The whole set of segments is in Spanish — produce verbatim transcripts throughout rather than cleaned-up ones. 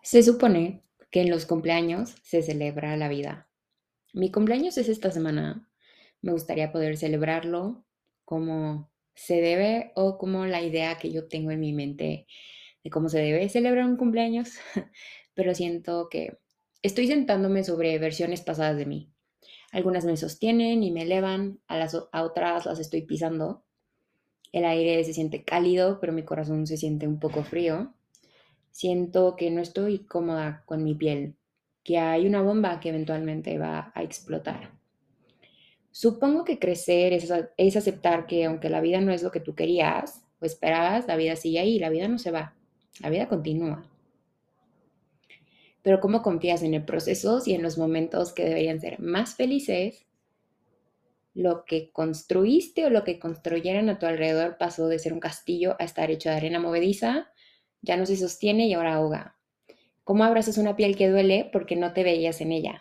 Se supone que en los cumpleaños se celebra la vida. Mi cumpleaños es esta semana. Me gustaría poder celebrarlo como se debe o como la idea que yo tengo en mi mente de cómo se debe celebrar un cumpleaños, pero siento que estoy sentándome sobre versiones pasadas de mí. Algunas me sostienen y me elevan, a las o- a otras las estoy pisando. El aire se siente cálido, pero mi corazón se siente un poco frío. Siento que no estoy cómoda con mi piel, que hay una bomba que eventualmente va a explotar. Supongo que crecer es, es aceptar que aunque la vida no es lo que tú querías o esperabas, la vida sigue ahí, la vida no se va, la vida continúa. Pero ¿cómo confías en el proceso si en los momentos que deberían ser más felices, lo que construiste o lo que construyeron a tu alrededor pasó de ser un castillo a estar hecho de arena movediza, ya no se sostiene y ahora ahoga? ¿Cómo abrazas una piel que duele porque no te veías en ella?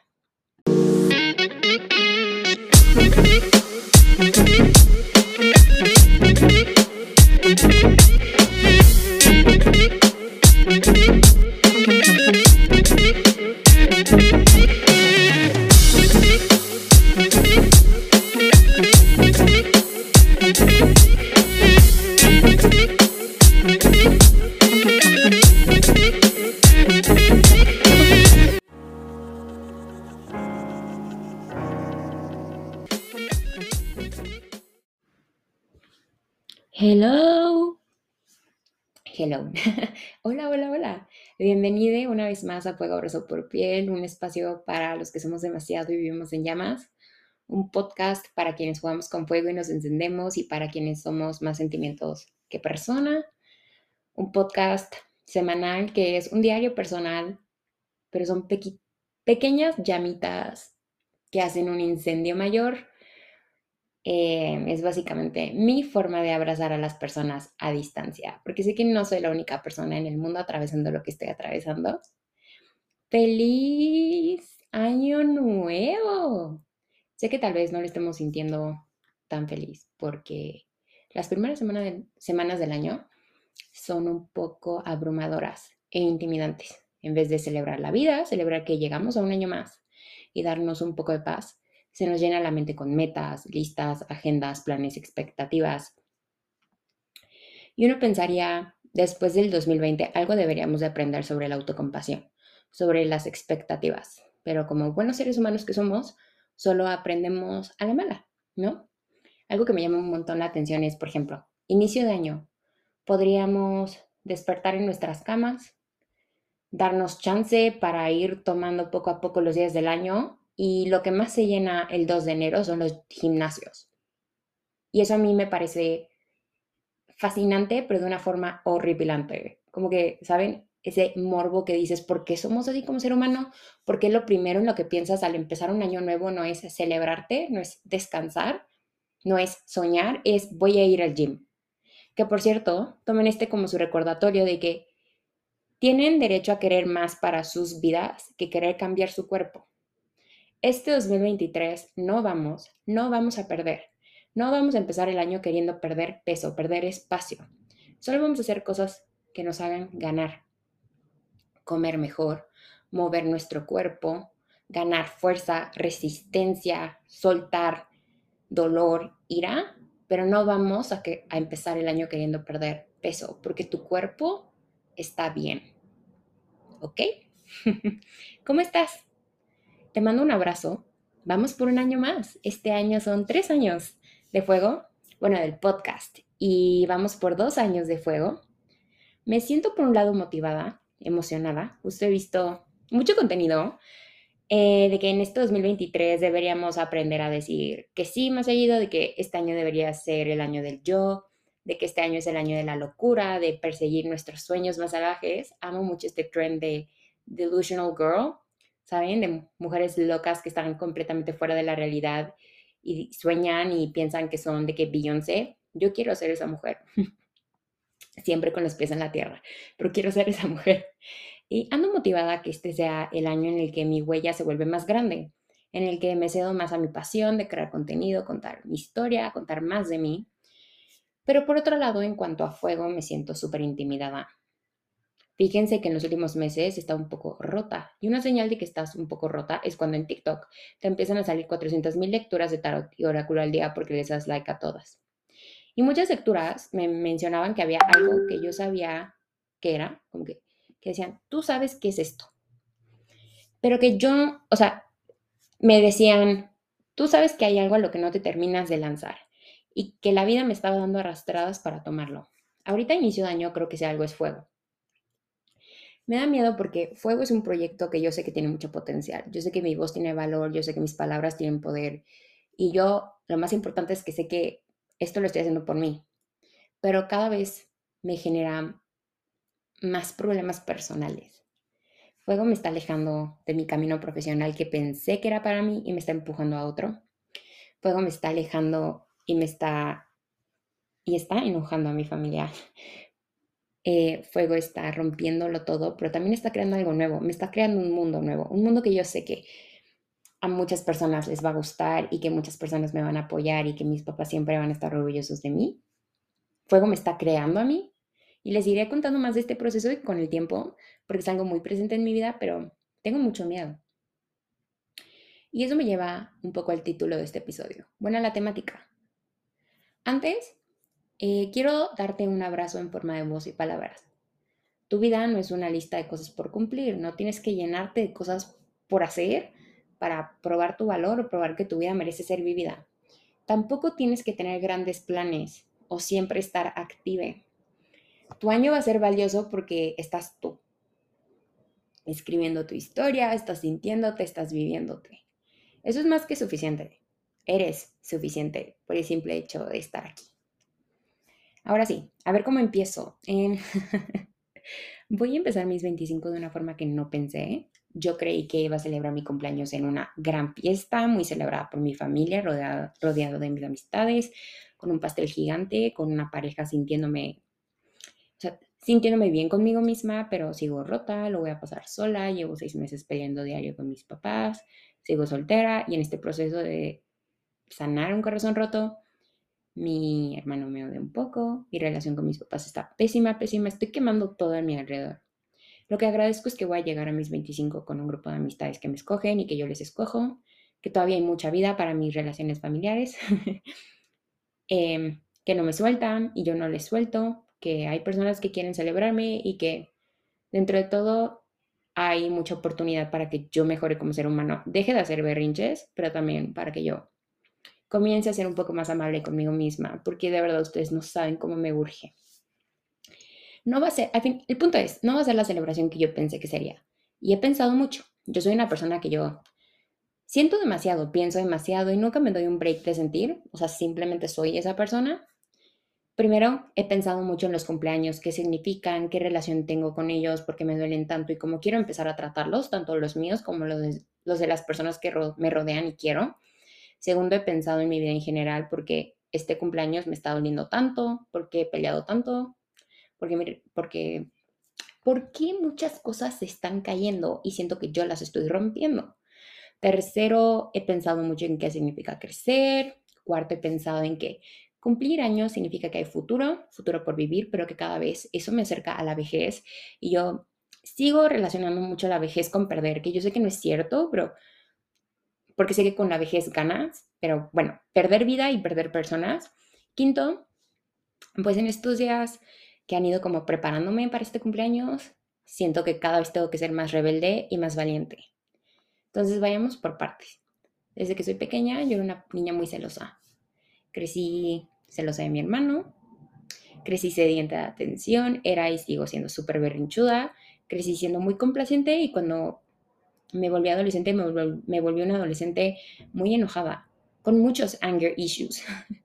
Hello. Hello. Hola, hola, hola. Bienvenida una vez más a Fuego Abrazo por Piel, un espacio para los que somos demasiado y vivimos en llamas, un podcast para quienes jugamos con fuego y nos encendemos y para quienes somos más sentimientos que persona, un podcast semanal que es un diario personal, pero son pequi- pequeñas llamitas que hacen un incendio mayor. Eh, es básicamente mi forma de abrazar a las personas a distancia, porque sé que no soy la única persona en el mundo atravesando lo que estoy atravesando. ¡Feliz Año Nuevo! Sé que tal vez no lo estemos sintiendo tan feliz porque las primeras semana del- semanas del año son un poco abrumadoras e intimidantes. En vez de celebrar la vida, celebrar que llegamos a un año más y darnos un poco de paz, se nos llena la mente con metas, listas, agendas, planes, expectativas. Y uno pensaría, después del dos mil veinte, algo deberíamos de aprender sobre la autocompasión, sobre las expectativas. Pero como buenos seres humanos que somos, solo aprendemos a la mala, ¿no? Algo que me llama un montón la atención es, por ejemplo, inicio de año. Podríamos despertar en nuestras camas, darnos chance para ir tomando poco a poco los días del año y lo que más se llena el dos de enero son los gimnasios. Y eso a mí me parece fascinante, pero de una forma horripilante. Como que, ¿saben? Ese morbo que dices, ¿por qué somos así como ser humano? ¿Por qué lo primero en lo que piensas al empezar un año nuevo no es celebrarte, no es descansar, no es soñar, es voy a ir al gym? Que por cierto, tomen este como su recordatorio de que tienen derecho a querer más para sus vidas que querer cambiar su cuerpo. Este dos mil veintitrés no vamos, no vamos a perder. No vamos a empezar el año queriendo perder peso, perder espacio. Solo vamos a hacer cosas que nos hagan ganar, comer mejor, mover nuestro cuerpo, ganar fuerza, resistencia, soltar dolor, ira, pero no vamos a, que, a empezar el año queriendo perder peso, porque tu cuerpo está bien, ¿ok? ¿Cómo estás? Te mando un abrazo. Vamos por un año más. Este año son tres años de fuego, bueno, del podcast, y vamos por dos años de fuego. Me siento por un lado motivada, emocionada. Justo he visto mucho contenido eh, de que en este dos mil veintitrés deberíamos aprender a decir que sí más seguido, de que este año debería ser el año del yo, de que este año es el año de la locura, de perseguir nuestros sueños más salvajes. Amo mucho este trend de delusional girl, ¿saben? De mujeres locas que están completamente fuera de la realidad y sueñan y piensan que son de que Beyoncé. Yo quiero ser esa mujer, siempre con los pies en la tierra, pero quiero ser esa mujer. Y ando motivada que este sea el año en el que mi huella se vuelve más grande, en el que me cedo más a mi pasión de crear contenido, contar mi historia, contar más de mí. Pero por otro lado, en cuanto a fuego, me siento súper intimidada. Fíjense que en los últimos meses está un poco rota. Y una señal de que estás un poco rota es cuando en TikTok te empiezan a salir cuatrocientas mil lecturas de tarot y oráculo al día porque les das like a todas. Y muchas lecturas me mencionaban que había algo que yo sabía que era, como que, que decían, tú sabes qué es esto. Pero que yo, o sea, me decían, tú sabes que hay algo a lo que no te terminas de lanzar y que la vida me estaba dando arrastradas para tomarlo. Ahorita inicio de año creo que si algo es fuego. Me da miedo porque Fuego es un proyecto que yo sé que tiene mucho potencial. Yo sé que mi voz tiene valor, yo sé que mis palabras tienen poder. Y yo, lo más importante es que sé que esto lo estoy haciendo por mí. Pero cada vez me genera más problemas personales. Fuego me está alejando de mi camino profesional que pensé que era para mí y me está empujando a otro. Fuego me está alejando y me está y está enojando a mi familia. Eh, Fuego está rompiéndolo todo, pero también está creando algo nuevo. Me está creando un mundo nuevo, un mundo que yo sé que a muchas personas les va a gustar y que muchas personas me van a apoyar y que mis papás siempre van a estar orgullosos de mí. Fuego me está creando a mí y les iré contando más de este proceso y con el tiempo, porque es algo muy presente en mi vida, pero tengo mucho miedo. Y eso me lleva un poco al título de este episodio. Buena la temática. Antes, eh, quiero darte un abrazo en forma de voz y palabras. Tu vida no es una lista de cosas por cumplir, no tienes que llenarte de cosas por hacer para probar tu valor o probar que tu vida merece ser vivida. Tampoco tienes que tener grandes planes o siempre estar active. Tu año va a ser valioso porque estás tú, escribiendo tu historia, estás sintiéndote, estás viviéndote. Eso es más que suficiente. Eres suficiente por el simple hecho de estar aquí. Ahora sí, a ver cómo empiezo. En... Voy a empezar mis veinticinco de una forma que no pensé. Yo creí que iba a celebrar mi cumpleaños en una gran fiesta, muy celebrada por mi familia, rodeado, rodeado de mis amistades, con un pastel gigante, con una pareja sintiéndome, o sea, sintiéndome bien conmigo misma, pero sigo rota, lo voy a pasar sola, llevo seis meses peleando diario con mis papás, sigo soltera y en este proceso de sanar un corazón roto, mi hermano me odia un poco, mi relación con mis papás está pésima, pésima, estoy quemando todo a mi alrededor. Lo que agradezco es que voy a llegar a mis veinticinco con un grupo de amistades que me escogen y que yo les escojo, que todavía hay mucha vida para mis relaciones familiares, eh, que no me sueltan y yo no les suelto, que hay personas que quieren celebrarme y que dentro de todo hay mucha oportunidad para que yo mejore como ser humano. Deje de hacer berrinches, pero también para que yo comience a ser un poco más amable conmigo misma, porque de verdad ustedes no saben cómo me urge. No va a ser, al fin, el punto es, no va a ser la celebración que yo pensé que sería. Y he pensado mucho. Yo soy una persona que yo siento demasiado, pienso demasiado y nunca me doy un break de sentir. O sea, simplemente soy esa persona. Primero, he pensado mucho en los cumpleaños, qué significan, qué relación tengo con ellos, por qué me duelen tanto y cómo quiero empezar a tratarlos, tanto los míos como los de, los de las personas que ro me rodean y quiero. Segundo, he pensado en mi vida en general, porque este cumpleaños me está doliendo tanto, porque he peleado tanto, porque, porque, porque muchas cosas se están cayendo y siento que yo las estoy rompiendo. Tercero, he pensado mucho en qué significa crecer. Cuarto, he pensado en que cumplir años significa que hay futuro, futuro por vivir, pero que cada vez eso me acerca a la vejez y yo sigo relacionando mucho la vejez con perder, que yo sé que no es cierto, pero porque sé que con la vejez ganas, pero bueno, perder vida y perder personas. Quinto, pues en estos días que han ido como preparándome para este cumpleaños, siento que cada vez tengo que ser más rebelde y más valiente. Entonces vayamos por partes. Desde que soy pequeña, yo era una niña muy celosa. Crecí celosa de mi hermano, crecí sedienta de atención, era y sigo siendo súper berrinchuda, crecí siendo muy complaciente y cuando me volví adolescente, me, volví, me volví una adolescente muy enojada, con muchos anger issues.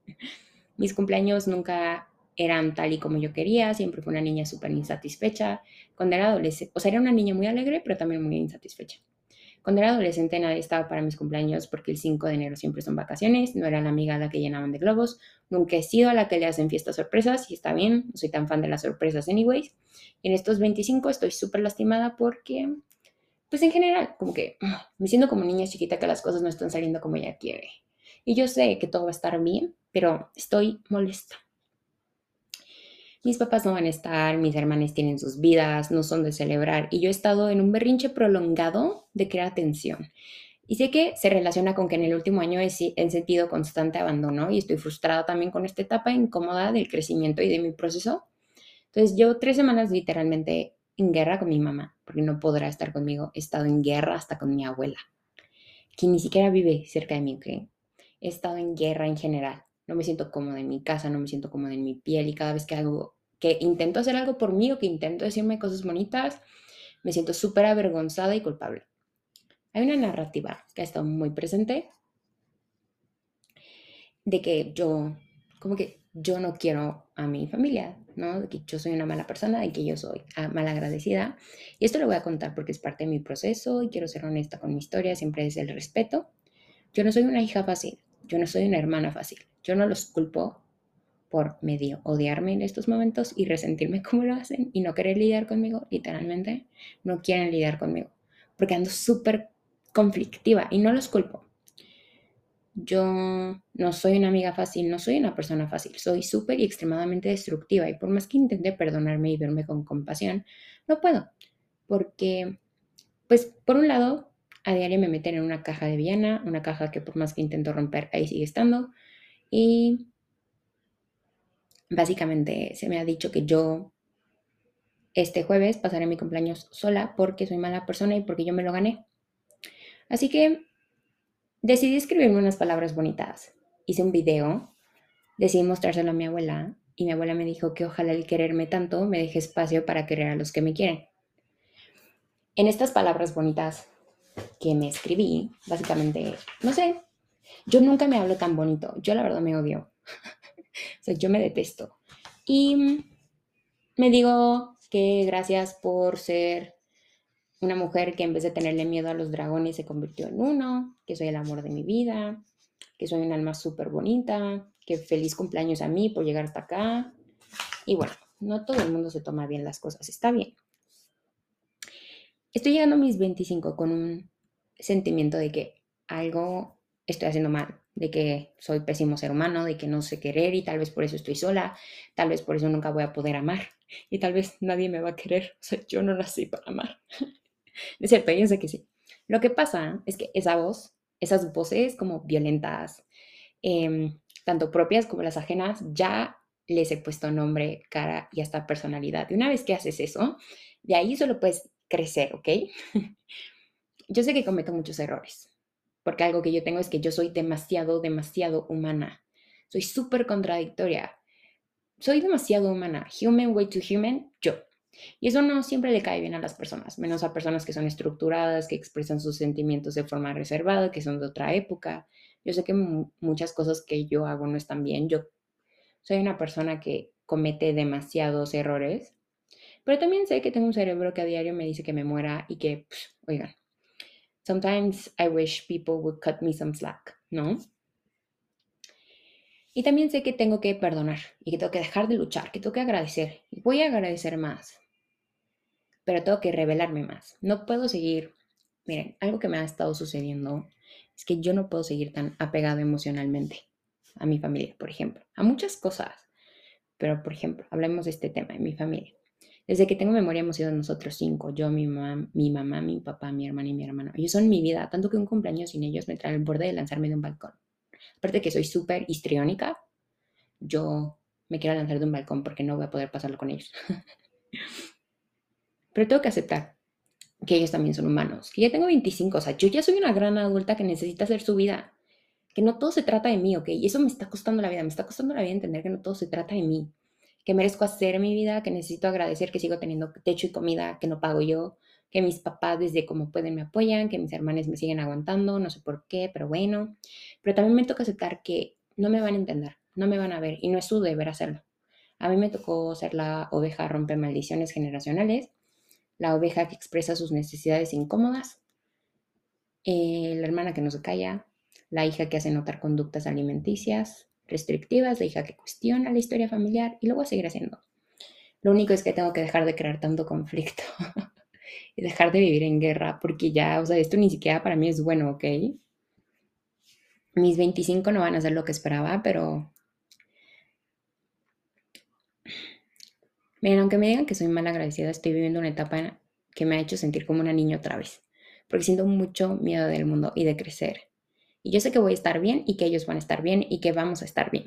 Mis cumpleaños nunca eran tal y como yo quería, siempre fue una niña súper insatisfecha. Cuando era adolescente, o sea, era una niña muy alegre, pero también muy insatisfecha. Cuando era adolescente nadie estaba para mis cumpleaños porque el cinco de enero siempre son vacaciones, no era la amiga a la que llenaban de globos, nunca he sido a la que le hacen fiestas sorpresas y está bien, no soy tan fan de las sorpresas anyways. Y en estos veinticinco estoy súper lastimada porque, pues en general, como que me siento como niña chiquita que las cosas no están saliendo como ella quiere. Y yo sé que todo va a estar bien, pero estoy molesta. mis papás no van a estar, mis hermanos tienen sus vidas, no son de celebrar y yo he estado en un berrinche prolongado de querer atención. Y sé que se relaciona con que en el último año he, si- he sentido constante abandono y estoy frustrada también con esta etapa incómoda del crecimiento y de mi proceso. Entonces, llevo tres semanas literalmente en guerra con mi mamá, porque no podrá estar conmigo. He estado en guerra hasta con mi abuela, que ni siquiera vive cerca de mí, ¿ok? He estado en guerra en general. No me siento cómoda en mi casa, no me siento cómoda en mi piel y cada vez que hago, que intento hacer algo por mí o que intento decirme cosas bonitas, me siento súper avergonzada y culpable. Hay una narrativa que ha estado muy presente de que yo, como que yo no quiero a mi familia, ¿no? De que yo soy una mala persona, de que yo soy ah, mal agradecida. Y esto lo voy a contar porque es parte de mi proceso y quiero ser honesta con mi historia, siempre es el respeto. Yo no soy una hija fácil, yo no soy una hermana fácil. Yo no los culpo por medio odiarme en estos momentos y resentirme como lo hacen y no querer lidiar conmigo, literalmente, no quieren lidiar conmigo, porque ando súper conflictiva y no los culpo. Yo no soy una amiga fácil, no soy una persona fácil, soy súper y extremadamente destructiva y por más que intente perdonarme y verme con compasión, no puedo, porque, pues, por un lado, a diario me meten en una caja de Viena, una caja que por más que intento romper, ahí sigue estando, y básicamente se me ha dicho que yo este jueves pasaré mi cumpleaños sola porque soy mala persona y porque yo me lo gané. Así que decidí escribirme unas palabras bonitas. Hice un video. Decidí mostrárselo a mi abuela y mi abuela me dijo que ojalá el quererme tanto me deje espacio para querer a los que me quieren. En estas palabras bonitas que me escribí, básicamente, no sé, yo nunca me hablo tan bonito. Yo la verdad me odio. O sea, yo me detesto. Y me digo que gracias por ser una mujer que en vez de tenerle miedo a los dragones se convirtió en uno, que soy el amor de mi vida, que soy un alma súper bonita, que feliz cumpleaños a mí por llegar hasta acá. Y bueno, no todo el mundo se toma bien las cosas, está bien. Estoy llegando a mis veinticinco con un sentimiento de que algo estoy haciendo mal, de que soy pésimo ser humano, de que no sé querer y tal vez por eso estoy sola, tal vez por eso nunca voy a poder amar y tal vez nadie me va a querer. O sea, yo no nací para amar. Es cierto, yo sé que sí. Lo que pasa es que esa voz, esas voces como violentas, eh, tanto propias como las ajenas, ya les he puesto nombre, cara y hasta personalidad. Y una vez que haces eso, de ahí solo puedes crecer, ¿ok? Yo sé que cometo muchos errores, porque algo que yo tengo es que yo soy demasiado, demasiado humana. Soy súper contradictoria. Soy demasiado humana. Human way to human, yo. Y eso no siempre le cae bien a las personas, menos a personas que son estructuradas, que expresan sus sentimientos de forma reservada, que son de otra época. Yo sé que mu- muchas cosas que yo hago no están bien. Yo soy una persona que comete demasiados errores, pero también sé que tengo un cerebro que a diario me dice que me muera y que, pff, oigan, sometimes I wish people would cut me some slack, ¿no? Y también sé que tengo que perdonar y que tengo que dejar de luchar, que tengo que agradecer. Y voy a agradecer más, pero tengo que revelarme más. No puedo seguir, miren, algo que me ha estado sucediendo es que yo no puedo seguir tan apegado emocionalmente a mi familia, por ejemplo, a muchas cosas. Pero, por ejemplo, hablemos de este tema, en mi familia. Desde que tengo memoria hemos sido nosotros cinco, yo, mi mamá, mi mamá, mi papá, mi hermana y mi hermano. Ellos son mi vida, tanto que un cumpleaños sin ellos me trae al borde de lanzarme de un balcón. Aparte de que soy súper histriónica, yo me quiero lanzar de un balcón porque no voy a poder pasarlo con ellos. Pero tengo que aceptar que ellos también son humanos, que ya tengo veinticinco, o sea, yo ya soy una gran adulta que necesita hacer su vida, que no todo se trata de mí, ¿ok? Y eso me está costando la vida, me está costando la vida entender que no todo se trata de mí, que merezco hacer mi vida, que necesito agradecer que sigo teniendo techo y comida que no pago yo, que mis papás desde como pueden me apoyan, que mis hermanos me siguen aguantando, no sé por qué, pero bueno, pero también me toca aceptar que no me van a entender, no me van a ver y no es su deber hacerlo. A mí me tocó ser la oveja rompe maldiciones generacionales, la oveja que expresa sus necesidades incómodas, eh, la hermana que no se calla, la hija que hace notar conductas alimenticias restrictivas, la hija que cuestiona la historia familiar y lo voy a seguir haciendo. Lo único es que tengo que dejar de crear tanto conflicto y dejar de vivir en guerra porque ya, o sea, esto ni siquiera para mí es bueno, ¿ok? Mis veinticinco no van a ser lo que esperaba, pero Miren, aunque me digan que soy mal agradecida, estoy viviendo una etapa en- que me ha hecho sentir como una niña otra vez, porque siento mucho miedo del mundo y de crecer. Y yo sé que voy a estar bien y que ellos van a estar bien y que vamos a estar bien.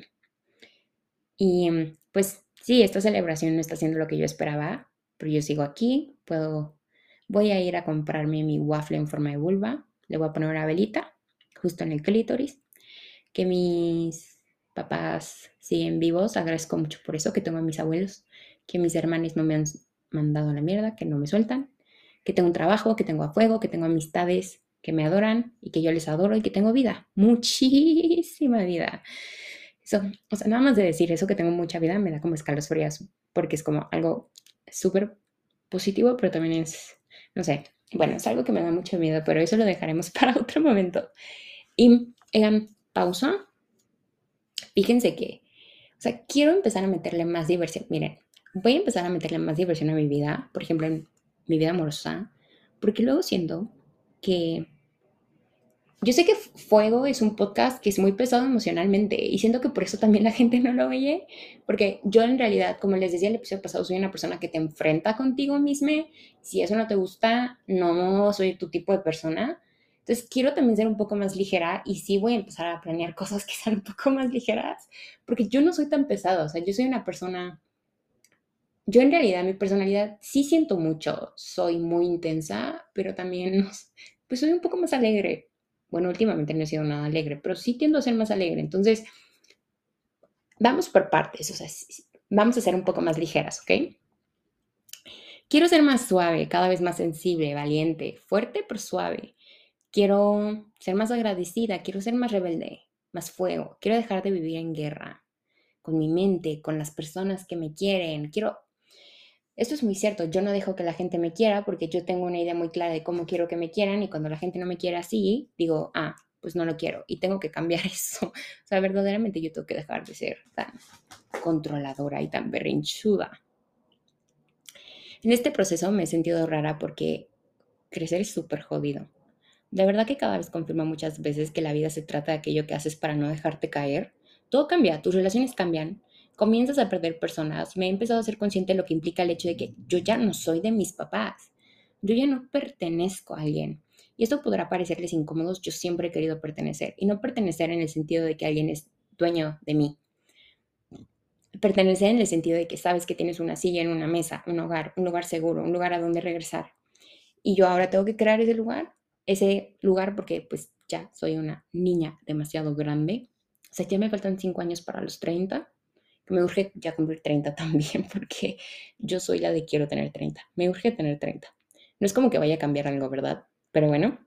Y mm, pues sí, esta celebración no está haciendo lo que yo esperaba, pero yo sigo aquí, puedo, voy a ir a comprarme mi waffle en forma de vulva, le voy a poner una velita justo en el clítoris, que mis papás siguen vivos, agradezco mucho por eso, que tengo a mis abuelos, que mis hermanos no me han mandado a la mierda, que no me sueltan, que tengo un trabajo, que tengo a fuego, que tengo amistades que me adoran y que yo les adoro y que tengo vida, muchísima vida. Eso, o sea, nada más de decir eso, que tengo mucha vida, me da como escalofríos, porque es como algo súper positivo, pero también es, no sé, bueno, es algo que me da mucho miedo, pero eso lo dejaremos para otro momento. Y en pausa, fíjense que, o sea, quiero empezar a meterle más diversión. Miren, voy a empezar a meterle más diversión a mi vida, por ejemplo, en mi vida amorosa, porque luego siento que yo sé que Fuego es un podcast que es muy pesado emocionalmente y siento que por eso también la gente no lo oye, porque yo en realidad, como les decía el episodio pasado, soy una persona que te enfrenta contigo misma. Si eso no te gusta, no soy tu tipo de persona. Entonces quiero también ser un poco más ligera y sí voy a empezar a planear cosas que sean un poco más ligeras, porque yo no soy tan pesada, o sea, yo soy una persona, yo en realidad mi personalidad sí siento mucho, soy muy intensa, pero también no sé, pues soy un poco más alegre. Bueno, últimamente no he sido nada alegre, pero sí tiendo a ser más alegre. Entonces, vamos por partes, o sea, sí, sí, vamos a ser un poco más ligeras, ¿ok? Quiero ser más suave, cada vez más sensible, valiente, fuerte, pero suave. Quiero ser más agradecida, quiero ser más rebelde, más fuego. Quiero dejar de vivir en guerra con mi mente, con las personas que me quieren. Quiero Esto es muy cierto, yo no dejo que la gente me quiera porque yo tengo una idea muy clara de cómo quiero que me quieran y cuando la gente no me quiere así, digo, ah, pues no lo quiero y tengo que cambiar eso. O sea, verdaderamente yo tengo que dejar de ser tan controladora y tan berrinchuda. En este proceso me he sentido rara porque crecer es súper jodido. De verdad que cada vez confirma muchas veces que la vida se trata de aquello que haces para no dejarte caer. Todo cambia, tus relaciones cambian, comienzas a perder personas. Me he empezado a ser consciente de lo que implica el hecho de que yo ya no soy de mis papás. Yo ya no pertenezco a alguien. Y esto podrá parecerles incómodo, yo siempre he querido pertenecer. Y no pertenecer en el sentido de que alguien es dueño de mí. Pertenecer en el sentido de que sabes que tienes una silla en una mesa, un hogar, un lugar seguro, un lugar a donde regresar. Y yo ahora tengo que crear ese lugar, ese lugar porque pues ya soy una niña demasiado grande. O sea, ya me faltan cinco años para los treinta, que me urge ya cumplir treinta también, porque yo soy la de quiero tener treinta. Me urge tener treinta. No es como que vaya a cambiar algo, ¿verdad? Pero bueno,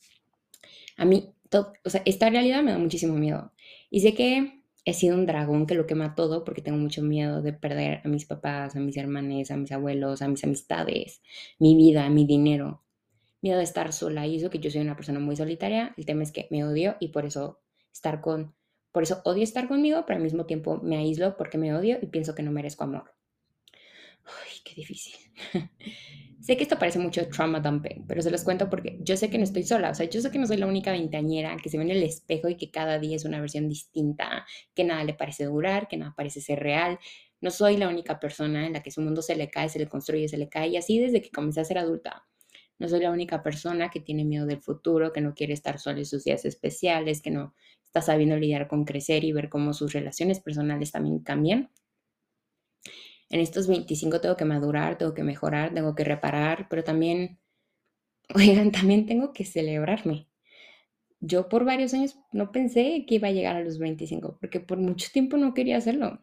a mí, todo, o sea, esta realidad me da muchísimo miedo. Y sé que he sido un dragón que lo quema todo porque tengo mucho miedo de perder a mis papás, a mis hermanos, a mis abuelos, a mis amistades, mi vida, mi dinero, miedo de estar sola y eso que yo soy una persona muy solitaria. El tema es que me odio y por eso estar con, por eso odio estar conmigo, pero al mismo tiempo me aíslo porque me odio y pienso que no merezco amor. Ay, qué difícil. Sé que esto parece mucho trauma dumping, pero se los cuento porque yo sé que no estoy sola, o sea, yo sé que no soy la única veinteañera que se ve en el espejo y que cada día es una versión distinta, que nada le parece durar, que nada parece ser real. No soy la única persona en la que su mundo se le cae, se le construye, se le cae y así desde que comencé a ser adulta. No soy la única persona que tiene miedo del futuro, que no quiere estar sola en sus días especiales, que no está sabiendo lidiar con crecer y ver cómo sus relaciones personales también cambian. En estos veinticinco tengo que madurar, tengo que mejorar, tengo que reparar, pero también, oigan, también tengo que celebrarme. Yo por varios años no pensé que iba a llegar a los veinticinco, porque por mucho tiempo no quería hacerlo.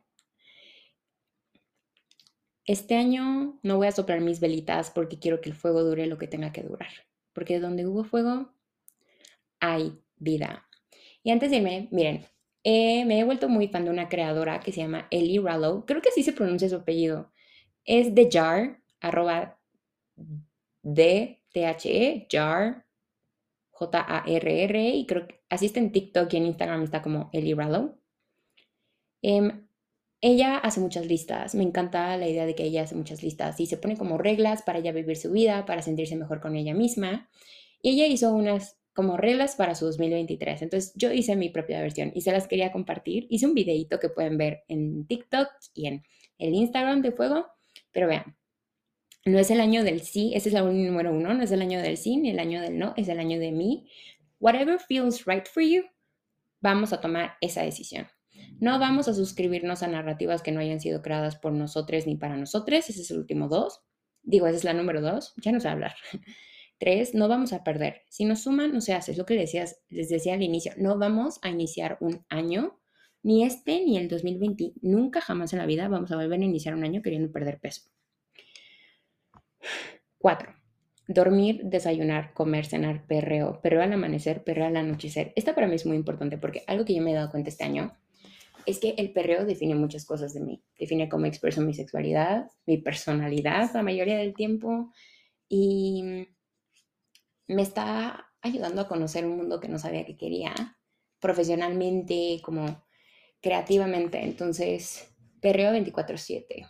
Este año no voy a soplar mis velitas porque quiero que el fuego dure lo que tenga que durar. Porque donde hubo fuego, hay vida. Y antes de irme, miren, eh, me he vuelto muy fan de una creadora que se llama Ellie Rallo. Creo que así se pronuncia su apellido. Es de Jar, arroba D T H E, Jar, J A R R, y creo que así está en TikTok y en Instagram está como Ellie Rallo. Em, ella hace muchas listas, me encanta la idea de que ella hace muchas listas y se pone como reglas para ella vivir su vida, para sentirse mejor con ella misma. Y ella hizo unas como reglas para su dos mil veintitrés. Entonces yo hice mi propia versión y se las quería compartir. Hice un videito que pueden ver en TikTok y en el Instagram de Fuego. Pero vean, no es el año del sí, ese es el número uno, no es el año del sí ni el año del no, es el año de mí. Whatever feels right for you, vamos a tomar esa decisión. No vamos a suscribirnos a narrativas que no hayan sido creadas por nosotros ni para nosotros. Ese es el último dos. Digo, esa es la número dos. Ya no sé hablar. Tres, no vamos a perder. Si nos suman, no se hace. Es lo que les decía, les decía al inicio. No vamos a iniciar un año, ni este ni el dos mil veinte. Nunca jamás en la vida vamos a volver a iniciar un año queriendo perder peso. Cuatro, dormir, desayunar, comer, cenar, perreo, perreo al amanecer, perreo al anochecer. Esta para mí es muy importante porque algo que yo me he dado cuenta este año es que el perreo define muchas cosas de mí. Define cómo expreso mi sexualidad, mi personalidad la mayoría del tiempo y me está ayudando a conocer un mundo que no sabía que quería, profesionalmente, como creativamente. Entonces, perreo veinticuatro siete.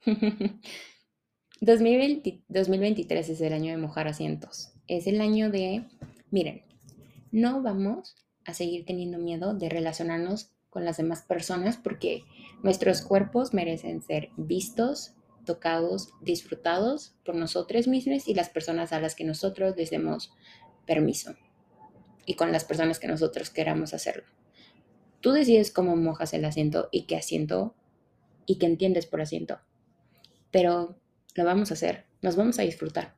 dos mil veinte, dos mil veintitrés es el año de mojar asientos. Es el año de, miren, no vamos a seguir teniendo miedo de relacionarnos con las demás personas porque nuestros cuerpos merecen ser vistos, tocados, disfrutados por nosotros mismos y las personas a las que nosotros les demos permiso y con las personas que nosotros queramos hacerlo. Tú decides cómo mojas el asiento y qué asiento y qué entiendes por asiento, pero lo vamos a hacer, nos vamos a disfrutar.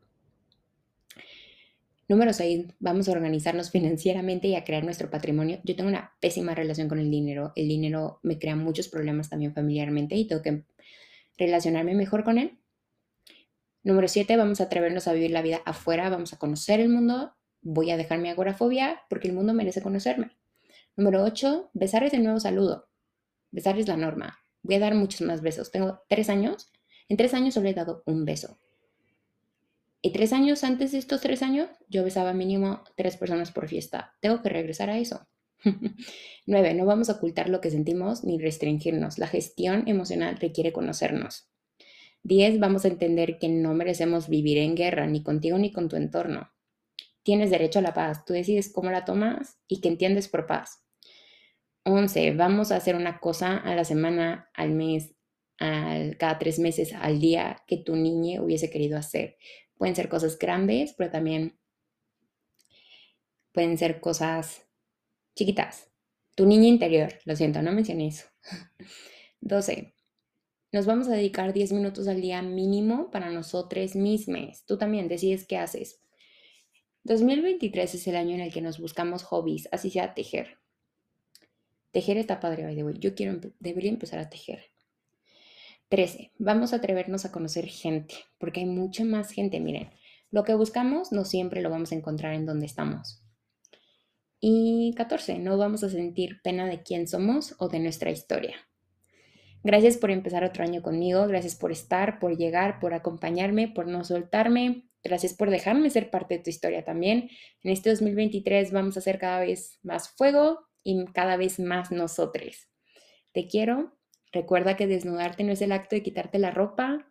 Número seis, vamos a organizarnos financieramente y a crear nuestro patrimonio. Yo tengo una pésima relación con el dinero. El dinero me crea muchos problemas también familiarmente y tengo que relacionarme mejor con él. Número siete, vamos a atrevernos a vivir la vida afuera, vamos a conocer el mundo. Voy a dejar mi agorafobia porque el mundo merece conocerme. Número ocho, besar es el nuevo saludo. Besar es la norma. Voy a dar muchos más besos. Tengo tres años. En tres años solo he dado un beso. Y tres años antes de estos tres años, yo besaba mínimo tres personas por fiesta. Tengo que regresar a eso. Nueve, no vamos a ocultar lo que sentimos ni restringirnos. La gestión emocional requiere conocernos. Diez, vamos a entender que no merecemos vivir en guerra, ni contigo ni con tu entorno. Tienes derecho a la paz. Tú decides cómo la tomas y qué entiendes por paz. Once, vamos a hacer una cosa a la semana, al mes, al, cada tres meses, al día que tu niña hubiese querido hacer. Pueden ser cosas grandes, pero también pueden ser cosas chiquitas. Tu niña interior, lo siento, no mencioné eso. doce. Nos vamos a dedicar diez minutos al día mínimo para nosotros mismos. Tú también decides qué haces. dos mil veintitrés es el año en el que nos buscamos hobbies, así sea tejer. Tejer está padre, by the way. Yo quiero, debería empezar a tejer. trece. Vamos a atrevernos a conocer gente, porque hay mucha más gente. Miren, lo que buscamos no siempre lo vamos a encontrar en donde estamos. Y catorce. No vamos a sentir pena de quién somos o de nuestra historia. Gracias por empezar otro año conmigo. Gracias por estar, por llegar, por acompañarme, por no soltarme. Gracias por dejarme ser parte de tu historia también. En este dos mil veintitrés vamos a hacer cada vez más fuego y cada vez más nosotros. Te quiero. Recuerda que desnudarte no es el acto de quitarte la ropa.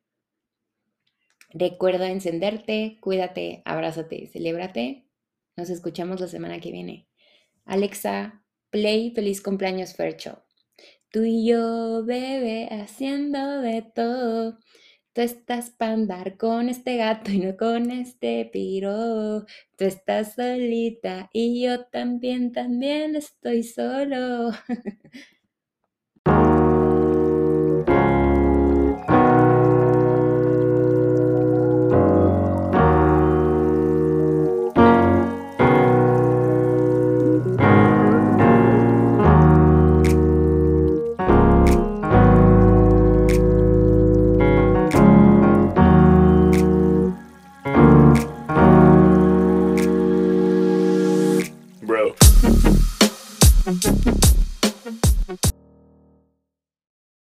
Recuerda encenderte, cuídate, abrázate, celébrate. Nos escuchamos la semana que viene. Alexa, play Feliz Cumpleaños Fercho. Tú y yo, bebé, haciendo de todo. Tú estás para andar con este gato y no con este piro. Tú estás solita y yo también, también estoy solo. Bro.